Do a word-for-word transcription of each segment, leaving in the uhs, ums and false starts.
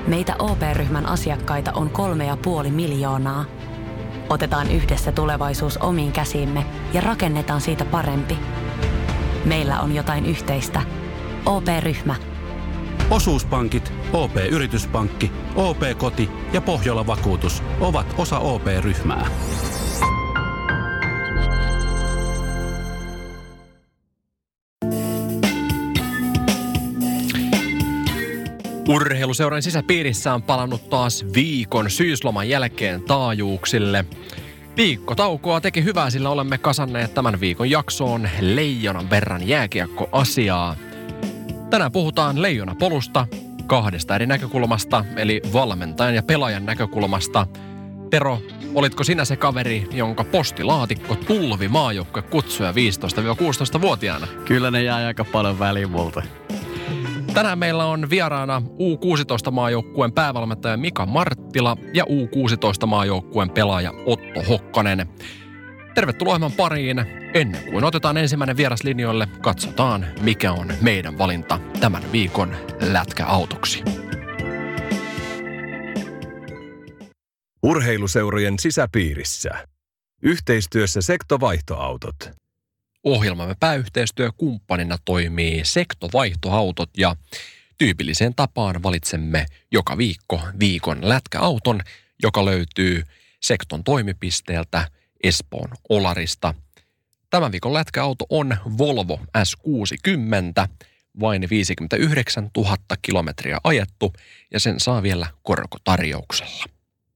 Meitä O P-ryhmän asiakkaita on kolme ja puoli miljoonaa. Otetaan yhdessä tulevaisuus omiin käsiimme ja rakennetaan siitä parempi. Meillä on jotain yhteistä. O P-ryhmä. Osuuspankit, O P-yrityspankki, O P-koti ja Pohjola Vakuutus ovat osa O P-ryhmää. Urheiluseuran sisäpiirissä on palannut taas viikon syysloman jälkeen taajuuksille. Viikkotaukoa teki hyvää, sillä olemme kasanneet tämän viikon jaksoon leijonan verran jääkiekkoasiaa. Tänään puhutaan leijonapolusta kahdesta eri näkökulmasta, eli valmentajan ja pelaajan näkökulmasta. Tero, olitko sinä se kaveri, jonka postilaatikko tulvi maajoukkue kutsuja viisitoista-kuusitoista-vuotiaana? Kyllä ne jää aika paljon väliin multa. Tänään meillä on vieraana U kuusitoista-maajoukkueen päävalmentaja Mika Marttila ja U kuusitoista-maajoukkueen pelaaja Otto Hokkanen. Tervetuloa ohjelman pariin. Ennen kuin otetaan ensimmäinen vieras linjoille, katsotaan mikä on meidän valinta tämän viikon lätkäautoksi. Urheiluseurojen sisäpiirissä. Yhteistyössä Sektovaihtoautot. Ohjelmamme pääyhteistyökumppanina toimii Sektovaihtoautot ja tyypilliseen tapaan valitsemme joka viikko viikon lätkäauton, joka löytyy Sekton toimipisteeltä Espoon Olarista. Tämän viikon lätkäauto on Volvo S kuusikymmentä, vain viisikymmentäyhdeksäntuhatta kilometriä ajettu ja sen saa vielä korkotarjouksella.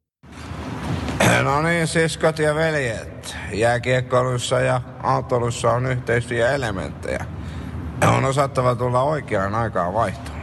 No niin, siskot ja veljet. Jääkiekkoilussa ja autoilussa on yhteistyöelementtejä. On osattava tulla oikeaan aikaan vaihtoon.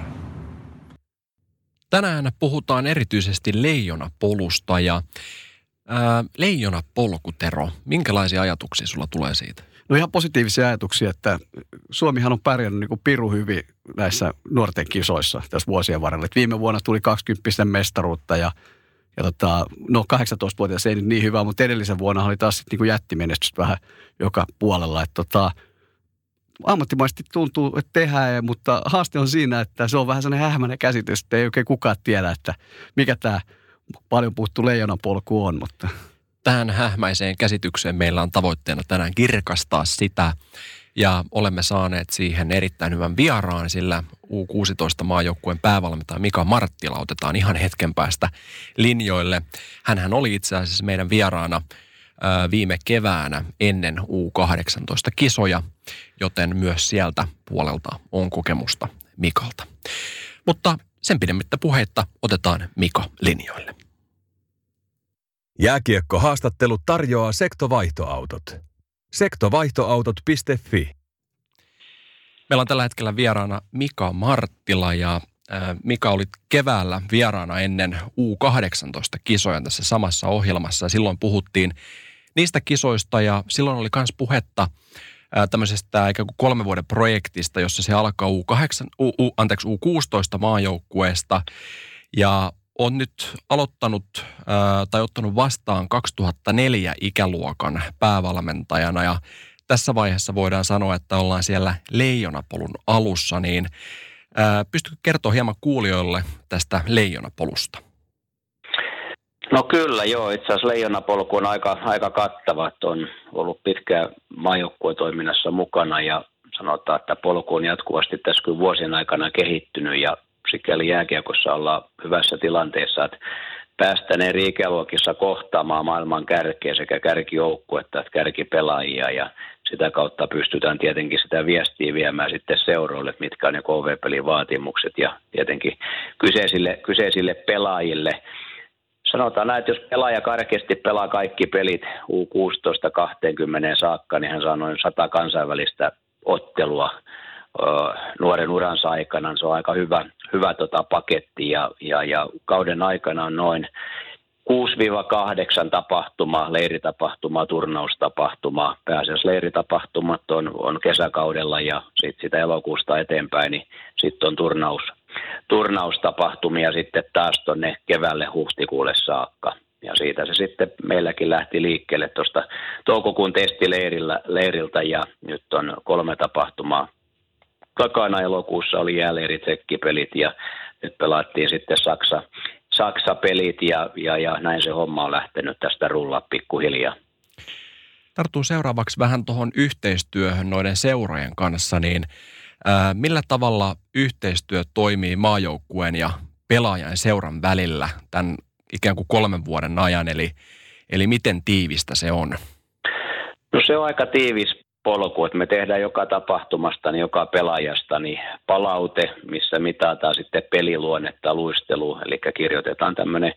Tänään puhutaan erityisesti leijonapolusta ja ää, leijonapolku, Tero, minkälaisia ajatuksia sulla tulee siitä? No ihan positiivisia ajatuksia, että Suomihan on pärjännyt niin kuin piru hyvin näissä nuorten kisoissa tässä vuosien varrella. Et viime vuonna tuli kaksikymmentä mestaruutta ja Ja tota, no kahdeksantoistavuotias ei nyt niin hyvä, mutta edellisen vuonna oli taas niin kuin jättimenestystä vähän joka puolella. Että tota, ammattimaisesti tuntuu, että tehdään, mutta haaste on siinä, että se on vähän sellainen hähmäinen käsitys, että ei oikein kukaan tiedä, että mikä tämä paljon puhuttu leijonapolku on. Mutta tähän hähmäiseen käsitykseen meillä on tavoitteena tänään kirkastaa sitä. Ja olemme saaneet siihen erittäin hyvän vieraan, sillä U kuusitoista-maajoukkueen päävalmentaja Mika Marttila otetaan ihan hetken päästä linjoille. Hänhän oli itse asiassa meidän vieraana ää, viime keväänä ennen U kahdeksantoista-kisoja, joten myös sieltä puolelta on kokemusta Mikalta. Mutta sen pidemmittä puheitta otetaan Mika linjoille. Jääkiekkohaastattelut tarjoaa Sektovaihtoautot. sektovaihtoautot piste fi. Meillä on tällä hetkellä vieraana Mika Marttila ja äh, Mika oli keväällä vieraana ennen U kahdeksantoista-kisoja tässä samassa ohjelmassa. Silloin puhuttiin niistä kisoista ja silloin oli myös puhetta äh, tämmöisestä ikään kuin kolmen vuoden projektista, jossa se alkaa U, kahdeksan, U, U, anteeksi, U kuusitoista-maajoukkueesta ja on nyt aloittanut äh, tai ottanut vastaan kaksituhattaneljä ikäluokan päävalmentajana ja tässä vaiheessa voidaan sanoa, että ollaan siellä leijonapolun alussa, niin äh, pystytkö kertoa hieman kuulijoille tästä leijonapolusta? No kyllä joo, itse asiassa leijonapolku on aika, aika kattava, että on ollut pitkään maajoukkuetoiminnassa mukana ja sanotaan, että polku on jatkuvasti tässä kyllä vuosien aikana kehittynyt ja sikäli jääkiekossa ollaan hyvässä tilanteessa, että päästään eri ikäluokissa kohtaamaan maailman kärkeä sekä kärkijoukkuetta että kärkipelaajia ja sitä kautta pystytään tietenkin sitä viestiä viemään sitten seuroille, mitkä on ne K V-pelin vaatimukset ja tietenkin kyseisille, kyseisille pelaajille. Sanotaan näin, että jos pelaaja karkeasti pelaa kaikki pelit U kuusitoista kaksikymmentä saakka, niin hän saa noin sata kansainvälistä ottelua nuoren uransa aikana. Se on aika hyvä, hyvä tota paketti ja, ja, ja kauden aikana on noin kuusi kahdeksan tapahtumaa, leiritapahtumaa, turnaustapahtumaa. Pääasiassa leiritapahtumat on, on kesäkaudella ja sitten sitä elokuusta eteenpäin, niin sitten on turnaus, turnaustapahtumia sitten taas tuonne keväälle huhtikuulle saakka. Ja siitä se sitten meilläkin lähti liikkeelle tuosta toukokuun testileiriltä ja nyt on kolme tapahtumaa takana. Elokuussa oli jääleirit, tsekkipelit ja nyt pelattiin sitten Saksa, Saksa-pelit ja, ja, ja näin se homma on lähtenyt tästä rullaa pikkuhiljaa. Tarttuu seuraavaksi vähän tuohon yhteistyöhön noiden seurojen kanssa, niin ää, millä tavalla yhteistyö toimii maajoukkueen ja pelaajan seuran välillä tämän ikään kuin kolmen vuoden ajan, eli, eli miten tiivistä se on? No se on aika tiivis polku, että me tehdään joka tapahtumasta, niin joka pelaajasta niin palaute, missä mitataan sitten peliluonnetta, luistelu, eli kirjoitetaan tämmöinen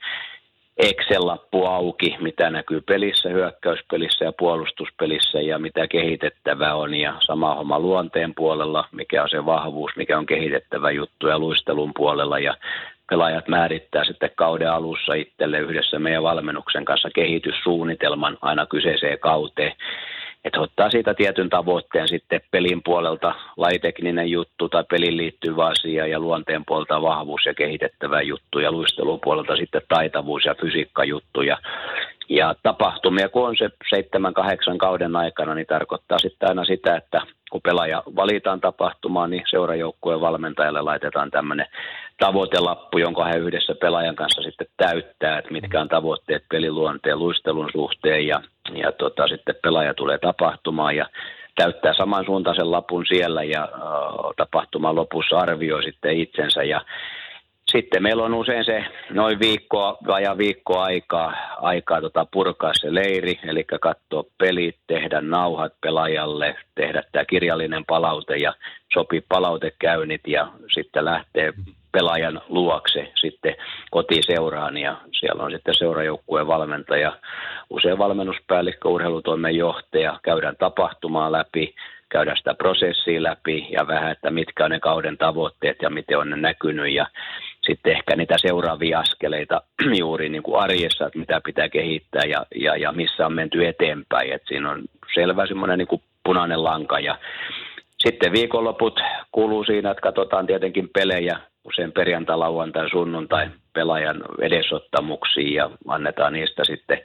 Excel-lappu auki, mitä näkyy pelissä, hyökkäyspelissä ja puolustuspelissä ja mitä kehitettävää on. Ja sama homma luonteen puolella, mikä on se vahvuus, mikä on kehitettävä juttu ja luistelun puolella. Ja pelaajat määrittää sitten kauden alussa itselle yhdessä meidän valmennuksen kanssa kehityssuunnitelman aina kyseiseen kauteen. Että ottaa siitä tietyn tavoitteen sitten pelin puolelta lajitekninen juttu tai pelin liittyvä asia ja luonteen puolelta vahvuus ja kehitettävä juttu ja luistelun puolelta sitten taitavuus ja fysiikkajuttu. Ja, ja tapahtumia, kun on se seitsemän kahdeksan kauden aikana, niin tarkoittaa sitten aina sitä, että kun pelaaja valitaan tapahtumaan, niin seurajoukkueen valmentajalle laitetaan tämmöinen tavoitelappu, jonka he yhdessä pelaajan kanssa sitten täyttää, että mitkä on tavoitteet peliluonteen, luistelun suhteen ja, ja tota, sitten pelaaja tulee tapahtumaan ja täyttää samansuuntaisen lapun siellä ja äh, tapahtuman lopussa arvioi sitten itsensä ja sitten meillä on usein se noin viikkoa, vajaa viikkoa aikaa, aikaa tota purkaa se leiri, eli katsoa pelit, tehdä nauhat pelaajalle, tehdä tämä kirjallinen palaute ja sopii palautekäynnit ja sitten lähtee pelaajan luokse sitten kotiseuraan ja siellä on sitten seurajoukkueen valmentaja, usein valmennuspäällikkö, urheilutoimen johtaja, käydään tapahtumaa läpi, käydään sitä prosessia läpi ja vähän, että mitkä on ne kauden tavoitteet ja miten on ne näkynyt ja sitten ehkä niitä seuraavia askeleita juuri niin kuin arjessa, että mitä pitää kehittää ja, ja, ja missä on menty eteenpäin. Et siinä on selvä semmoinen niin kuin punainen lanka ja sitten viikonloput kuuluu siinä, että katsotaan tietenkin pelejä usein perjantai, lauantai, sunnuntai pelaajan edesottamuksia ja annetaan niistä sitten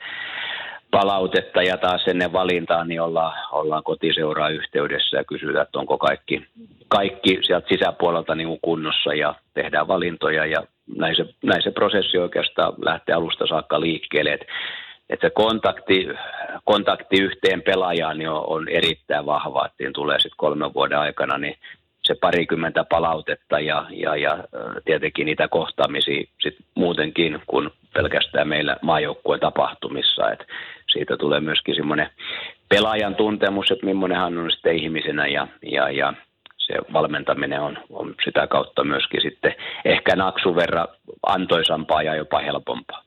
palautetta ja taas ennen valintaa niin ollaan, ollaan kotiseuraa yhteydessä ja kysytään, että onko kaikki, kaikki sieltä sisäpuolelta niin kuin kunnossa ja tehdään valintoja ja näin se, näin se prosessi oikeastaan lähtee alusta saakka liikkeelle. Että et se kontakti, kontakti yhteen pelaajaan niin on, on erittäin vahva, että siinä tulee sitten kolmen vuoden aikana niin se parikymmentä palautetta ja, ja, ja tietenkin niitä kohtaamisia sit muutenkin kuin pelkästään meillä maajoukkueen tapahtumissa. Et siitä tulee myöskin semmoinen pelaajan tuntemus, että millainen hän on sitten ihmisenä ja, ja, ja se valmentaminen on, on sitä kautta myöskin sitten ehkä naksun verran antoisampaa ja jopa helpompaa.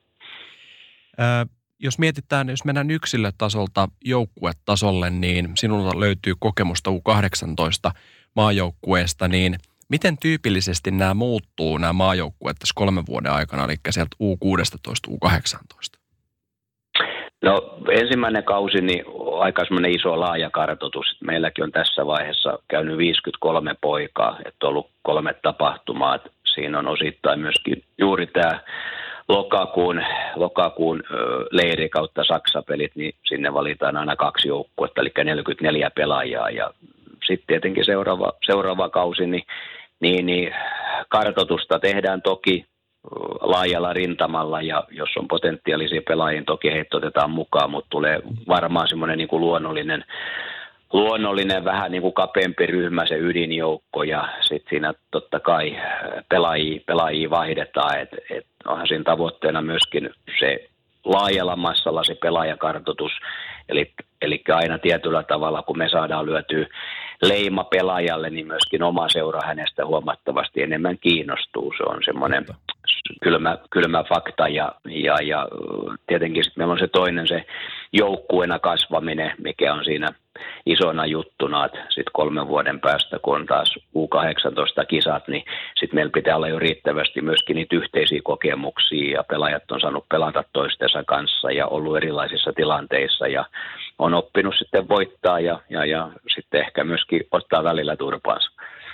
Ää, jos mietitään, jos mennään yksilötasolta joukkuetasolle, niin sinulta löytyy kokemusta U kahdeksantoista maajoukkueesta, niin miten tyypillisesti nämä muuttuu, nämä maajoukkueet tässä kolmen vuoden aikana, eli sieltä U kuusitoista U kahdeksantoista? No ensimmäinen kausi, niin aika semmoinen iso laaja kartoitus. Meilläkin on tässä vaiheessa käynyt viisikymmentäkolme poikaa, että on ollut kolme tapahtumaa. Siinä on osittain myöskin juuri tämä lokakuun, lokakuun leiri kautta Saksa-pelit, niin sinne valitaan aina kaksi joukkuetta, eli neljäkymmentäneljä pelaajaa ja sitten tietenkin seuraava, seuraava kausi, niin, niin, niin kartoitusta tehdään toki laajalla rintamalla ja jos on potentiaalisia pelaajia, toki heitä otetaan mukaan, mutta tulee varmaan semmoinen niin kuin luonnollinen, luonnollinen vähän niin kuin kapeampi ryhmä, se ydinjoukko ja sitten siinä totta kai pelaajia, pelaajia vaihdetaan, että et onhan siinä tavoitteena myöskin se laajalla massalla se pelaajakartoitus, eli, eli aina tietyllä tavalla, kun me saadaan lyötyä leima pelaajalle, niin myöskin oma seura hänestä huomattavasti enemmän kiinnostuu. Se on semmoinen kylmä, kylmä fakta ja, ja, ja tietenkin sitten meillä on se toinen, se joukkueena kasvaminen, mikä on siinä isona juttuna, että sitten kolmen vuoden päästä, kun on taas U kahdeksantoista kisat, niin sitten meillä pitää olla jo riittävästi myöskin niitä yhteisiä kokemuksia ja pelaajat on saanut pelata toistensa kanssa ja ollut erilaisissa tilanteissa ja on oppinut sitten voittaa ja, ja, ja sitten ehkä myöskin ottaa välillä turpaansa.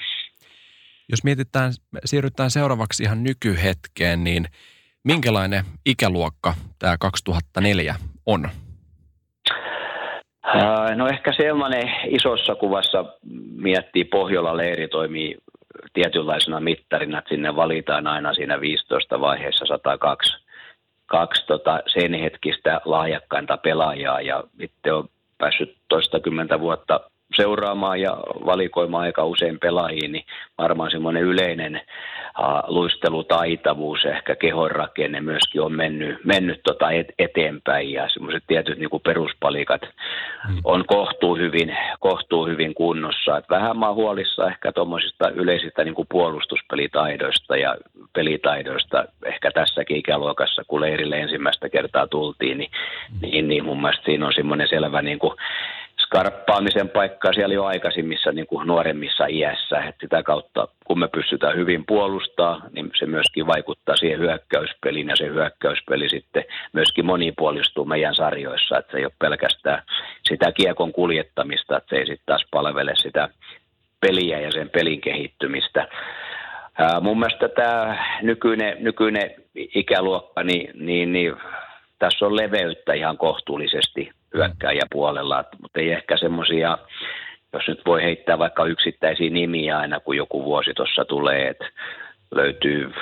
Jos mietitään, siirrytään seuraavaksi ihan nykyhetkeen, niin minkälainen ikäluokka tämä kaksituhattaneljä on? No ehkä sellainen isossa kuvassa miettii Pohjola-leiri toimii tietynlaisena mittarina, että sinne valitaan aina siinä viisitoista vaiheessa sata kaksi kaksi tota sen hetkistä lahjakkainta pelaajaa, ja itse on päässyt toistakymmentä vuotta seuraamaan ja valikoimaan aika usein pelaajiin, niin varmaan semmoinen yleinen uh, luistelutaitavuus, ehkä kehonrakenne myöskin on mennyt, mennyt tota et, eteenpäin, ja semmoiset tietyt niin kuin peruspalikat mm. on kohtuu hyvin, kohtuu hyvin kunnossa. Et vähän mä oon huolissa ehkä tuommoisista yleisistä niin kuin puolustuspelitaidoista ja pelitaidoista ehkä tässäkin ikäluokassa, kun leirille ensimmäistä kertaa tultiin, niin, mm. niin, niin mun mielestä siinä on semmoinen selvä niin kuin skarppaamisen paikkaa siellä jo aikaisemmissa niin kuin nuoremmissa iässä, että sitä kautta kun me pystytään hyvin puolustamaan, niin se myöskin vaikuttaa siihen hyökkäyspeliin, ja se hyökkäyspeli sitten myöskin monipuolistuu meidän sarjoissa, että se ei ole pelkästään sitä kiekon kuljettamista, että se ei sitten taas palvele sitä peliä ja sen pelin kehittymistä. Ää, mun mielestä tämä nykyinen, nykyinen ikäluokka, niin, niin, niin tässä on leveyttä ihan kohtuullisesti hyökkääjäpuolella, mutta ei ehkä semmoisia, jos nyt voi heittää vaikka yksittäisiä nimiä aina, kun joku vuosi tuossa tulee, että löytyy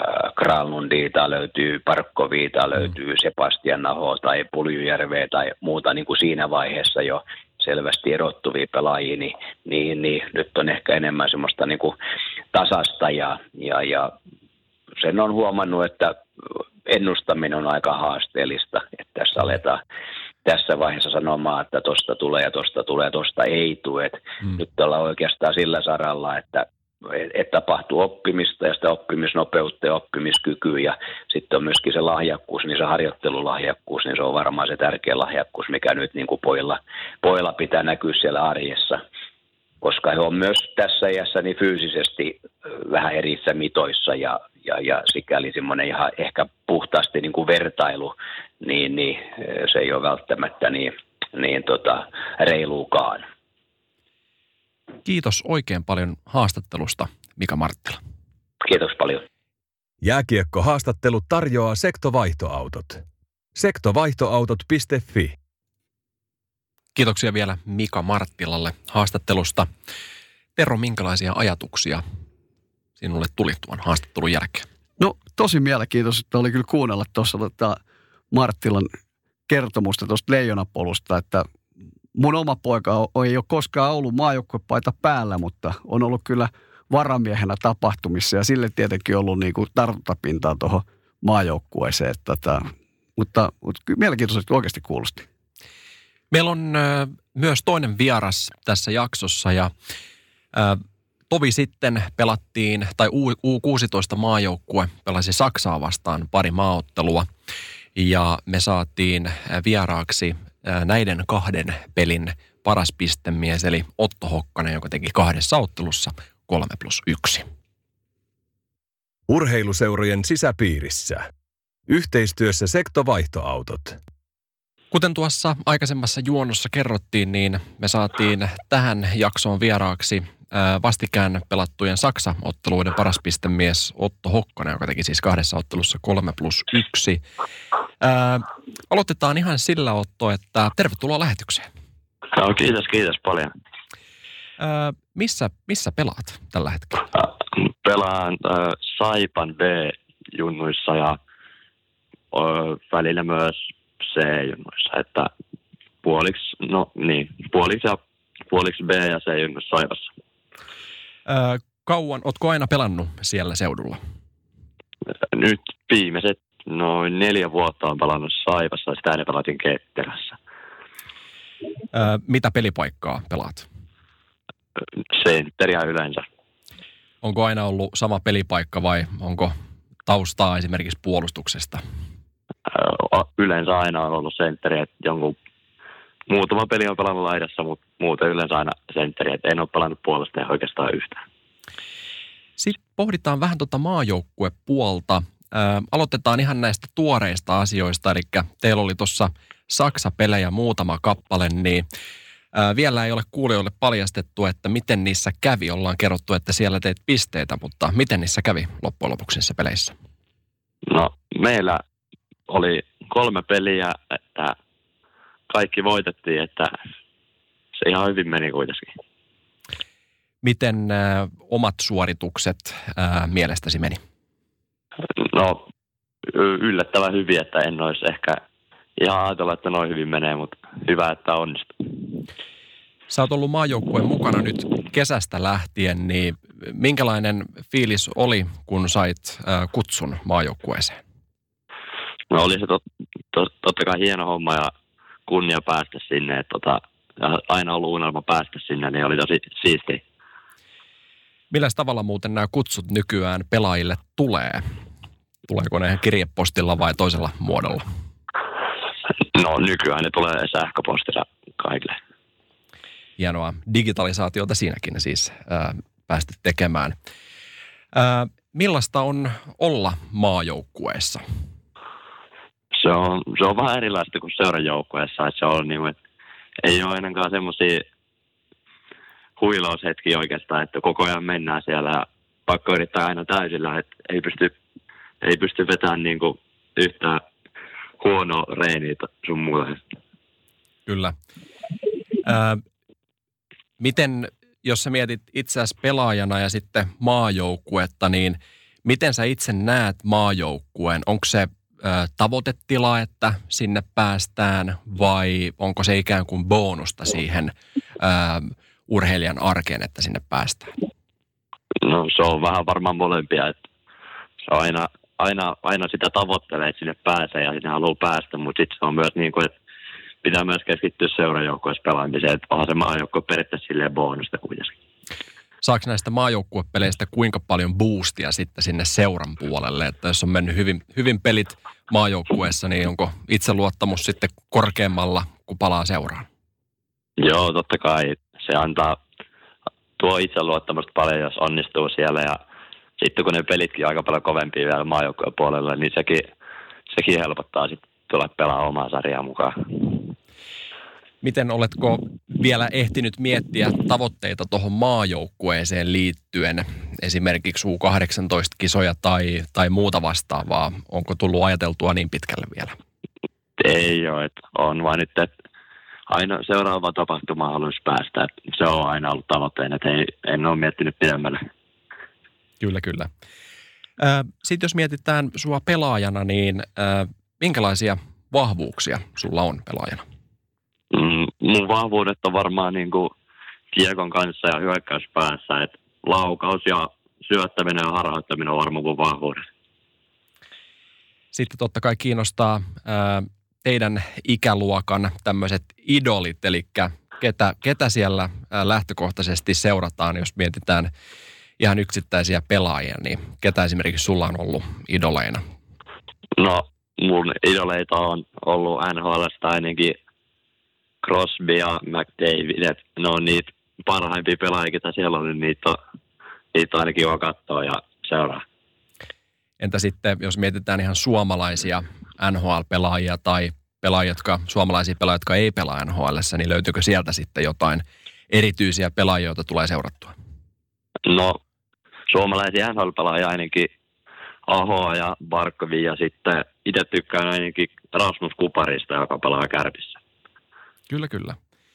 Granlundia tai löytyy Parkkovia tai löytyy Sebastian Aho tai Puljujärveä tai muuta niin kuin siinä vaiheessa jo selvästi erottuvia pelaajia, niin, niin, niin nyt on ehkä enemmän semmoista niin kuin tasasta, ja, ja, ja sen on huomannut, että ennustaminen on aika haasteellista, että tässä aletaan tässä vaiheessa sanomaan, että tosta tulee ja tosta tulee ja tosta ei tule. Mm. Nyt ollaan oikeastaan sillä saralla, että et tapahtuu oppimista ja sitä oppimisnopeutta ja oppimiskykyä, ja sitten on myöskin se lahjakkuus, niin se harjoittelulahjakkuus, niin se on varmaan se tärkeä lahjakkuus, mikä nyt niin kuin pojilla, pojilla pitää näkyä siellä arjessa, koska he on myös tässä iässä niin fyysisesti vähän erissä mitoissa, ja, ja, ja sikäli semmoinen ihan ehkä puhtaasti niin kuin vertailu, niin, niin se ei ole välttämättä niin, niin tota, reiluukaan. Kiitos oikein paljon haastattelusta, Mika Marttila. Kiitos paljon. Jääkiekko-haastattelu tarjoaa Sektovaihtoautot. sektovaihtoautot piste fi. Kiitoksia vielä Mika Marttilalle haastattelusta. Tero, minkälaisia ajatuksia sinulle tuli tuon haastattelun jälkeen? No tosi mielenkiintoista oli kyllä kuunnella tuossa tota Marttilan kertomusta tuosta leijonapolusta, että mun oma poika ei ole koskaan ollut maajoukkuepaita päällä, mutta on ollut kyllä varamiehenä tapahtumissa, ja sille tietenkin ollut niin kuin tartuntapintaa tuohon maajoukkueeseen. Että, mutta, mutta kyllä mielenkiintoisesti oikeasti kuulosti. Meillä on ö, myös toinen vieras tässä jaksossa, ja ö, tovi sitten pelattiin, tai U kuusitoista maajoukkue pelasi Saksaa vastaan pari maaottelua, ja me saatiin vieraaksi näiden kahden pelin paras pistemies, eli Otto Hokkanen, joka teki kahdessa ottelussa kolme plus yksi. Urheiluseurojen sisäpiirissä. Yhteistyössä Sektovaihtoautot. Kuten tuossa aikaisemmassa juonnossa kerrottiin, niin me saatiin tähän jaksoon vieraaksi vastikään pelattujen Saksa-otteluiden paras pistemies Otto Hokkanen, joka teki siis kahdessa ottelussa kolme plus yksi. Ää, aloitetaan ihan sillä, Otto, että tervetuloa lähetykseen. No, kiitos, kiitos paljon. Ää, missä, missä pelaat tällä hetkellä? Pelaan äh, Saipan B-junnuissa ja äh, välillä myös C-junnuissa, että puoliksi, no niin, puoliksi ja puoliksi B- ja C-junnuissa Saipassa. Ää, kauan, ootko aina pelannut siellä seudulla? Nyt viimeiset noin neljä vuotta on pelannut Saipassa, ja sitä ne pelatin Ketterässä. Ää, mitä pelipaikkaa pelaat? Sentteriä yleensä. Onko aina ollut sama pelipaikka vai onko taustaa esimerkiksi puolustuksesta? Yleensä aina on ollut sentteri, että jonkun muutama peli on pelannut laidassa, mutta muuten yleensä aina sentteri, että en ole pelannut puolustaja oikeastaan yhtään. Sitten pohditaan vähän tuota maajoukkuepuolta. Ää, aloitetaan ihan näistä tuoreista asioista, eli teillä oli tuossa Saksa-pelejä muutama kappale, niin ää, vielä ei ole kuulijoille paljastettu, että miten niissä kävi. Ollaan kerrottu, että siellä teet pisteitä, mutta miten niissä kävi loppujen lopuksi niissä peleissä? No, meillä oli kolme peliä, että kaikki voitettiin, että se ihan hyvin meni kuitenkin. Miten äh, omat suoritukset äh, mielestäsi meni? No yllättävän hyvin, että en olisi ehkä ihan ajatella, että noin hyvin menee, mutta hyvä, että onnistuu. Sä oot ollut maajoukkueen mukana nyt kesästä lähtien, niin minkälainen fiilis oli, kun sait äh, kutsun maajoukkueeseen? No oli se tot, tot, totta kai hieno homma ja kunnia päästä sinne, että tota, aina ollut unelma päästä sinne, niin oli tosi siistiä. Milläs tavalla muuten nämä kutsut nykyään pelaajille tulee? Tuleeko ne kirjepostilla vai toisella muodolla? No nykyään ne tulee sähköpostilla kaikille. Hienoa digitalisaatiota siinäkin siis ää, päästä tekemään. Ää, millaista on olla maajoukkueessa? Se on, se on vähän erilaista kuin seurajoukkueessa. Että se on niin, että ei ole ainakaan semmoisia huilaushetkiä oikeastaan, että koko ajan mennään siellä ja pakko yrittää aina täysillä, että ei pysty, ei pysty vetämään niin kuin yhtään huonoa reeniä sun muuta. Kyllä. Ää, miten, jos sä mietit itseäsi pelaajana ja sitten maajoukkuetta, niin miten sä itse näet maajoukkueen? Onko se ää, tavoitetila, että sinne päästään vai onko se ikään kuin bonusta siihen ää, urheilijan arkeen, että sinne päästään? No se on vähän varmaan molempia, että se on aina, aina, aina sitä tavoittelee, että sinne pääsee ja sinne haluaa päästä, mutta sitten se on myös niin kuin, että pitää myös keskittyä seurajoukkueessa pelaamiseen, että onhan se maajoukkue periaatteessa silleen bonusta kuitenkin. Saako näistä maajoukkuepeleistä kuinka paljon boostia sitten sinne seuran puolelle, että jos on mennyt hyvin, hyvin pelit maajoukkueessa, niin onko itseluottamus sitten korkeammalla, kun palaa seuraan? Joo, totta kai. Se antaa, tuo itseluottamusta paljon, jos onnistuu siellä ja sitten kun ne pelitkin on aika paljon kovempia vielä maajoukkueen puolella, niin sekin, sekin helpottaa sitten tulla pelaa omaa sarjaa mukaan. Miten oletko vielä ehtinyt miettiä tavoitteita tuohon maajoukkueeseen liittyen, esimerkiksi U kahdeksantoista-kisoja tai, tai muuta vastaavaa? Onko tullut ajateltua niin pitkälle vielä? Ei ole, että on vaan nyt, että aina seuraava tapahtuma haluaisi päästä. Että se on aina ollut tavoitteena, että ei, en ole miettinyt pidemmälle. Kyllä, kyllä. Sitten jos mietitään sua pelaajana, niin minkälaisia vahvuuksia sulla on pelaajana? Mm, mun vahvuudet on varmaan niin kuin kiekon kanssa ja hyökkäyspäässä. Et laukaus ja syöttäminen ja harhauttaminen on varmaan mun vahvuudet. Sitten totta kai kiinnostaa ää, teidän ikäluokan tämmöiset idolit, eli ketä, ketä siellä ää, lähtökohtaisesti seurataan, jos mietitään ihan yksittäisiä pelaajia, niin ketä esimerkiksi sulla on ollut idoleina? No, mun idoleita on ollut N H L:stä ainakin Crosby ja McDavid, että ne on niitä parhaimpia pelaajia, ketä siellä on, niin niitä on, niitä on aina kiva katsoa ja seuraa. Entä sitten, jos mietitään ihan suomalaisia N H L-pelaajia tai pelaajia, jotka, suomalaisia pelaajia, jotka ei pelaa N H L:ssä, niin löytyykö sieltä sitten jotain erityisiä pelaajia, joita tulee seurattua? No, suomalaisia N H L-pelaajia ainakin Ahoa ja Barkovi ja sitten itse tykkään ainakin Rasmus Kuparista, joka pelaa Kärpissä. Kyllä, kyllä.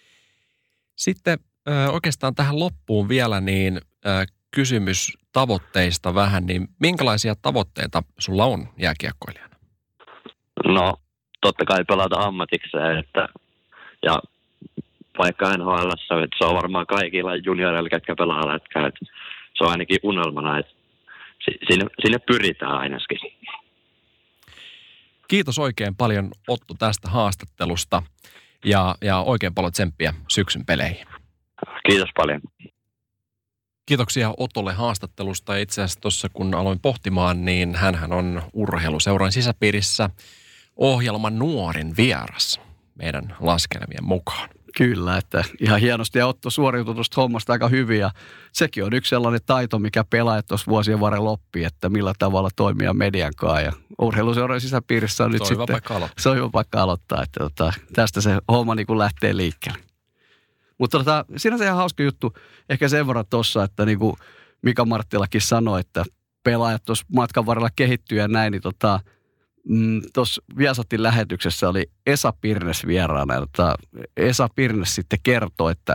Sitten ö, oikeastaan tähän loppuun vielä niin ö, kysymys tavoitteista vähän, niin minkälaisia tavoitteita sulla on jääkiekkoilijana? No, totta kai pelata ammatikseen, että, ja vaikka N H L:ssä, että se on varmaan kaikilla junioreilla, ketkä pelaa lätkää, että se on ainakin unelmana, että sinne, sinne pyritään ainakin. Kiitos oikein paljon Otto tästä haastattelusta ja, ja oikein paljon tsemppiä syksyn peleihin. Kiitos paljon. Kiitoksia Otolle haastattelusta. Itse asiassa tuossa kun aloin pohtimaan, niin hänhän on urheiluseuran sisäpiirissä ohjelman nuorin vieras meidän laskelmien mukaan. Kyllä, että ihan hienosti ja Otto suoriutui tuosta hommasta aika hyvin ja sekin on yksi sellainen taito, mikä pelaajat tuossa vuosien varrella oppii, että millä tavalla toimia median kanssa ja urheiluseuran sisäpiirissä on nyt Soiva sitten paikka aloittaa. soiva paikka aloittaa, että tota, tästä se homma niin kuin lähtee liikkeelle. Mutta tota, sinänsä ihan hauska juttu ehkä sen verran tuossa, että niin kuin Mika Marttilakin sanoi, että pelaajat tuossa matkan varrella kehittyy ja näin, niin tota, mm, tuossa Viasatin lähetyksessä oli Esa Pirnes vieraana. Ja tota, Esa Pirnes sitten kertoi, että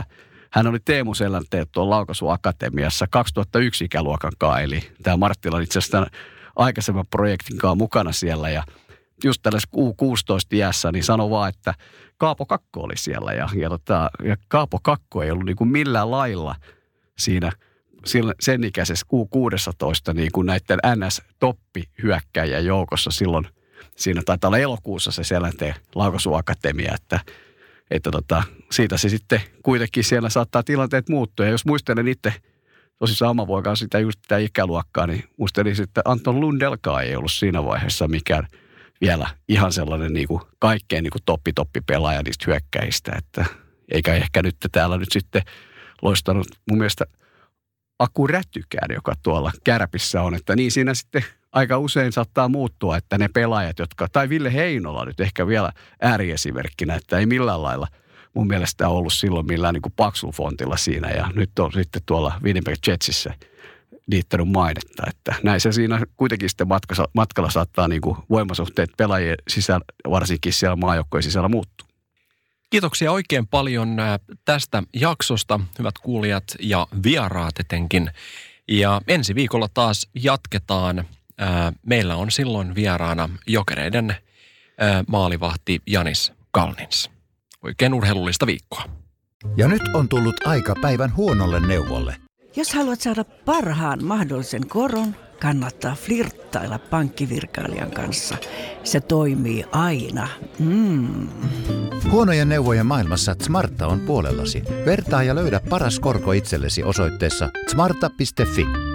hän oli Teemu Selänteet tuolla Laukaisuakatemiassa kaksituhattayksi ikäluokan kanssa, eli tämä Marttila on itse asiassa aikaisemman projektin kanssa mukana siellä ja just tällaisessa U kuusitoista iässä, niin sanoi vaan, että Kaapo Kakko oli siellä ja, ja, tota, ja Kaapo Kakko ei ollut niin kuin millään lailla siinä sen ikäisessä U kuusitoista niin kuin näiden N S-toppihyökkäjien joukossa silloin. Siinä taitaa olla elokuussa se Selänteen Laukaisuakatemia, että, että tota, siitä se sitten kuitenkin siellä saattaa tilanteet muuttua. Ja jos muistelen itse tosissaan oma poikaa sitä just sitä ikäluokkaa, niin muistelin, että Anton Lundelkaan ei ollut siinä vaiheessa mikään vielä ihan sellainen niin kuin kaikkein niin kuin toppi-toppi-pelaaja niistä hyökkäistä. Että, eikä ehkä nyt täällä nyt sitten loistanut mun mielestä Aku Rätykään, joka tuolla Kärpissä on. Että niin siinä sitten aika usein saattaa muuttua, että ne pelaajat, jotka, tai Ville Heinola nyt ehkä vielä ääriesimerkkinä, että ei millään lailla mun mielestä ollut silloin millään niin kuin paksulla fontilla siinä. Ja nyt on sitten tuolla Winnipeg Jetsissä liittänyt mainetta, että näin se siinä kuitenkin sitten matkalla, matkalla saattaa niin kuin voimasuhteet pelaajien sisällä, varsinkin siellä maajoukkojen sisällä muuttua. Kiitoksia oikein paljon tästä jaksosta, hyvät kuulijat ja vieraat etenkin. Ja ensi viikolla taas jatketaan. Meillä on silloin vieraana Jokereiden maalivahti Janis Kalnins. Oikein urheilullista viikkoa. Ja nyt on tullut aika päivän huonolle neuvolle. Jos haluat saada parhaan mahdollisen koron, kannattaa flirttailla pankkivirkailijan kanssa. Se toimii aina. Mm. Huonojen neuvojen maailmassa Smarta on puolellasi. Vertaa ja löydä paras korko itsellesi osoitteessa smarta piste fi.